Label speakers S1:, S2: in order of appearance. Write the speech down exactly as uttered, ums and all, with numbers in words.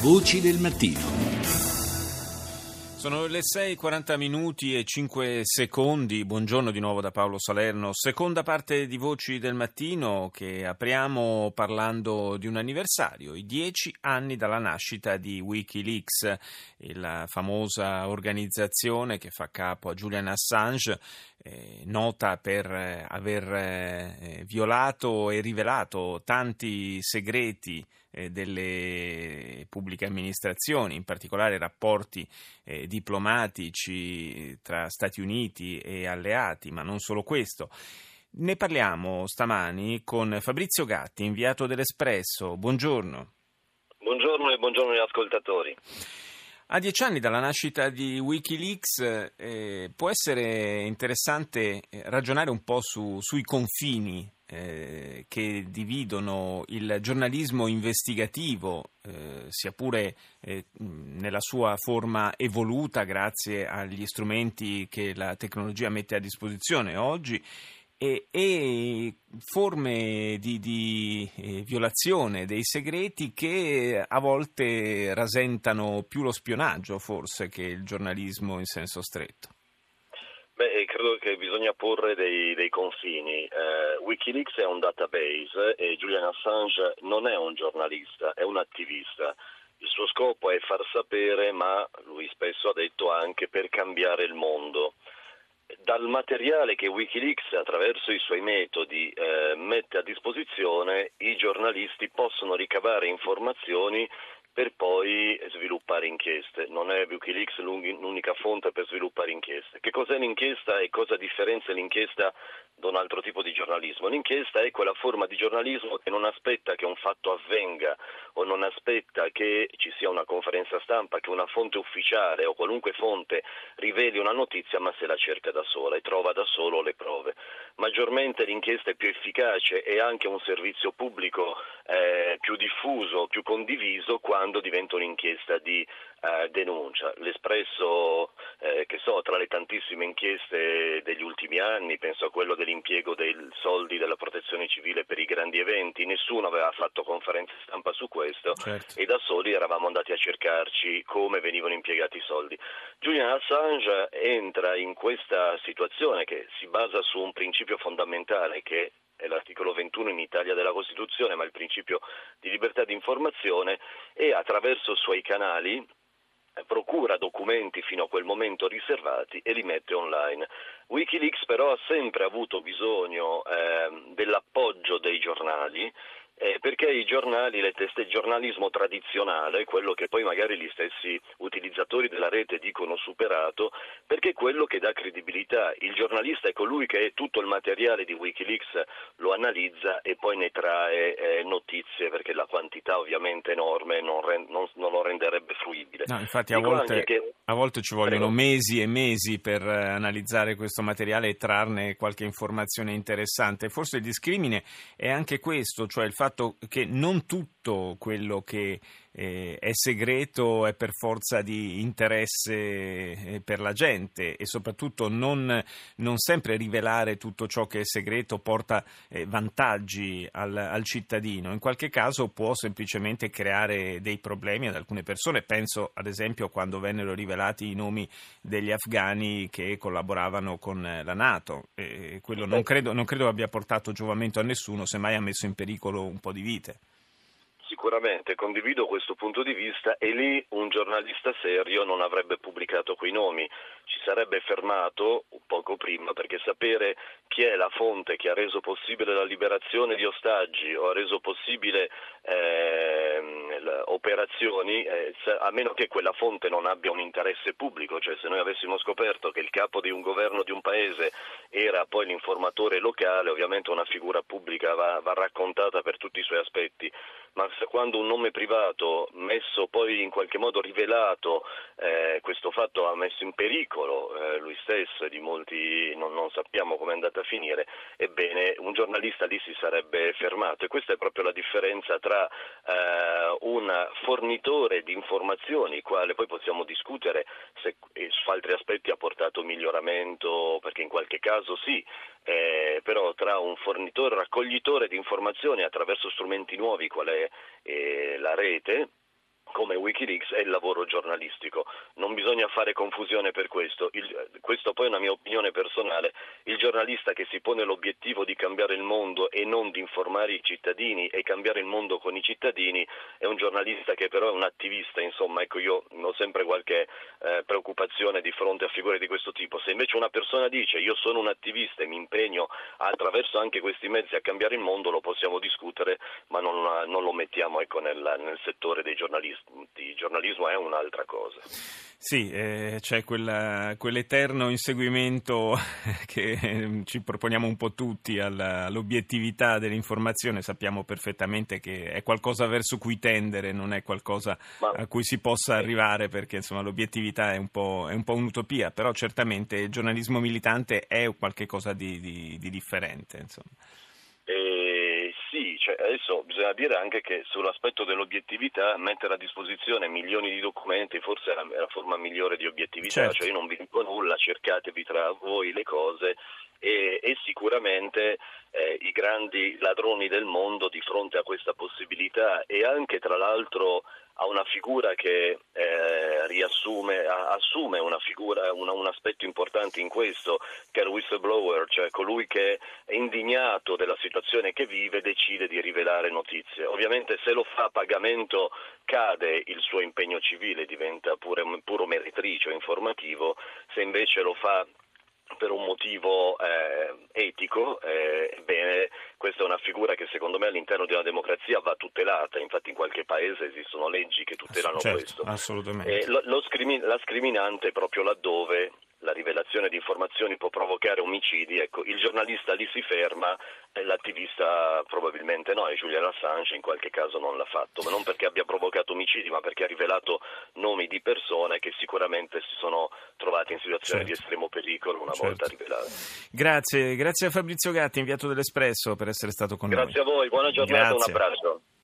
S1: Voci del mattino.
S2: Sono le sei e quaranta minuti e cinque secondi. Buongiorno di nuovo da Paolo Salerno. Seconda parte di Voci del Mattino, che apriamo parlando di un anniversario, i dieci anni dalla nascita di Wikileaks, la famosa organizzazione che fa capo a Julian Assange, eh, nota per eh, aver eh, violato e rivelato tanti segreti eh, delle pubbliche amministrazioni, in particolare rapporti eh, diplomatici tra Stati Uniti e alleati, ma non solo questo. Ne parliamo stamani con Fabrizio Gatti, inviato dell'Espresso. Buongiorno.
S3: Buongiorno e buongiorno agli ascoltatori.
S2: A dieci anni dalla nascita di Wikileaks eh, può essere interessante ragionare un po' su, sui confini eh, che dividono il giornalismo investigativo, eh, sia pure eh, nella sua forma evoluta grazie agli strumenti che la tecnologia mette a disposizione oggi, E, e forme di, di eh, violazione dei segreti che a volte rasentano più lo spionaggio forse che il giornalismo in senso stretto.
S3: Beh, credo che bisogna porre dei, dei confini. Eh, Wikileaks è un database e Julian Assange non è un giornalista, è un attivista. Il suo scopo è far sapere, ma lui spesso ha detto anche per cambiare il mondo. Dal materiale che Wikileaks attraverso i suoi metodi eh, mette a disposizione, i giornalisti possono ricavare informazioni per poi sviluppare inchieste. Non è Wikileaks l'unica fonte per sviluppare inchieste. Che cos'è l'inchiesta e cosa differenzia l'inchiesta da un altro tipo di giornalismo? L'inchiesta è quella forma di giornalismo che non aspetta che un fatto avvenga o non aspetta che ci sia una conferenza stampa, che una fonte ufficiale o qualunque fonte riveli una notizia, ma se la cerca da sola e trova da solo le prove. Maggiormente l'inchiesta è più efficace e anche un servizio pubblico eh, più diffuso, più condiviso quando diventa un'inchiesta di eh, denuncia. L'Espresso, eh, che so, tra le tantissime inchieste degli ultimi anni, penso a quello dell'impiego dei soldi della protezione civile per i grandi eventi, nessuno aveva fatto conferenze stampa su questo, certo. E da soli eravamo andati a cercarci come venivano impiegati i soldi. Julian Assange entra in questa situazione che si basa su un principio fondamentale che è l'articolo ventuno in Italia della Costituzione, ma il principio di libertà di informazione, e attraverso suoi canali procura documenti fino a quel momento riservati e li mette online. Wikileaks però ha sempre avuto bisogno eh, dell'appoggio dei giornali, eh, perché i giornali, le teste, il giornalismo tradizionale, quello che poi magari gli stessi utilizzatori della rete dicono superato, perché è quello che dà credibilità. Il giornalista è colui che tutto il materiale di Wikileaks lo analizza e poi ne trae eh, notizie, perché la quantità ovviamente enorme non, rend, non, non lo renderebbe fruibile.
S2: No, infatti a volte, che... a volte ci vogliono Prego. mesi e mesi per eh, analizzare questo materiale e trarne qualche informazione interessante. Forse il discrimine è anche questo, cioè il fatto che non tutto quello che eh, è segreto è per forza di interesse eh, per la gente, e soprattutto non, non sempre rivelare tutto ciò che è segreto porta eh, vantaggi al, al cittadino. In qualche caso può semplicemente creare dei problemi ad alcune persone. Penso ad esempio quando vennero rivelati i nomi degli afghani che collaboravano con la NATO. Eh, quello non credo, non credo abbia portato giovamento a nessuno, semmai ha messo in pericolo un po' di vite.
S3: Sicuramente condivido questo punto di vista, e lì un giornalista serio non avrebbe pubblicato quei nomi, ci sarebbe fermato poco prima, perché sapere chi è la fonte che ha reso possibile la liberazione di ostaggi o ha reso possibile eh, operazioni, eh, a meno che quella fonte non abbia un interesse pubblico, cioè se noi avessimo scoperto che il capo di un governo di un paese era poi l'informatore locale, ovviamente una figura pubblica va, va raccontata per tutti i suoi aspetti, ma quando un nome privato messo poi in qualche modo rivelato, eh, questo fatto ha messo in pericolo eh, lui stesso e di molti non, non sappiamo come è andata a finire, ebbene un giornalista lì si sarebbe fermato, e questa è proprio la differenza tra eh, un fornitore di informazioni, quale poi possiamo discutere se su altri aspetti ha portato miglioramento, perché in qualche caso sì, eh, però tra un fornitore, raccoglitore di informazioni attraverso strumenti nuovi qual è eh, la rete, come Wikileaks è il lavoro giornalistico. Non bisogna fare confusione per questo. Il, questo poi è una mia opinione personale. Il giornalista che si pone l'obiettivo di cambiare il mondo e non di informare i cittadini e cambiare il mondo con i cittadini è un giornalista che però è un attivista. Insomma, ecco, io ho sempre qualche eh, preoccupazione di fronte a figure di questo tipo. Se invece una persona dice io sono un attivista e mi impegno attraverso anche questi mezzi a cambiare il mondo, lo possiamo discutere, ma non, non lo mettiamo ecco, nel, nel settore dei giornalisti. Il giornalismo è un'altra cosa.
S2: Sì, eh, c'è quella, quell'eterno inseguimento che ci proponiamo un po' tutti alla, all'obiettività dell'informazione. Sappiamo perfettamente che è qualcosa verso cui tendere, non è qualcosa Ma... a cui si possa arrivare, perché insomma l'obiettività è un po', è un po' un'utopia, però certamente il giornalismo militante è qualcosa di, di, di differente, insomma.
S3: Sì, cioè adesso bisogna dire anche che sull'aspetto dell'obiettività mettere a disposizione milioni di documenti forse è la, è la forma migliore di obiettività, certo. Cioè io non vi dico nulla, cercatevi tra voi le cose e, e sicuramente eh, i grandi ladroni del mondo di fronte a questa possibilità e anche tra l'altro a una figura che eh, riassume, a, assume una figura, una, un aspetto importante in questo, che è il whistleblower, cioè colui che è indignato della situazione che vive, decide di rivelare notizie. Ovviamente se lo fa a pagamento cade il suo impegno civile, diventa pure puro meretrice o informativo, se invece lo fa per un motivo eh, etico, eh, bene, questa è una figura che secondo me all'interno di una democrazia va tutelata, infatti in qualche paese esistono leggi che tutelano
S2: certo,
S3: questo.
S2: Assolutamente.
S3: Eh, lo, lo scrimin- la scriminante è proprio laddove la rivelazione di informazioni può provocare omicidi, ecco, il giornalista lì si ferma e l'attivista probabilmente no, e Julian Assange in qualche caso non l'ha fatto, ma non perché abbia provocato omicidi, ma perché ha rivelato nomi di persone che sicuramente si sono trovate in situazioni
S2: certo.
S3: di estremo pericolo una
S2: certo.
S3: volta rivelate.
S2: Grazie, grazie a Fabrizio Gatti, inviato dell'Espresso, per essere stato con
S3: grazie
S2: noi.
S3: Grazie a voi, buona giornata,
S2: grazie.
S3: un abbraccio.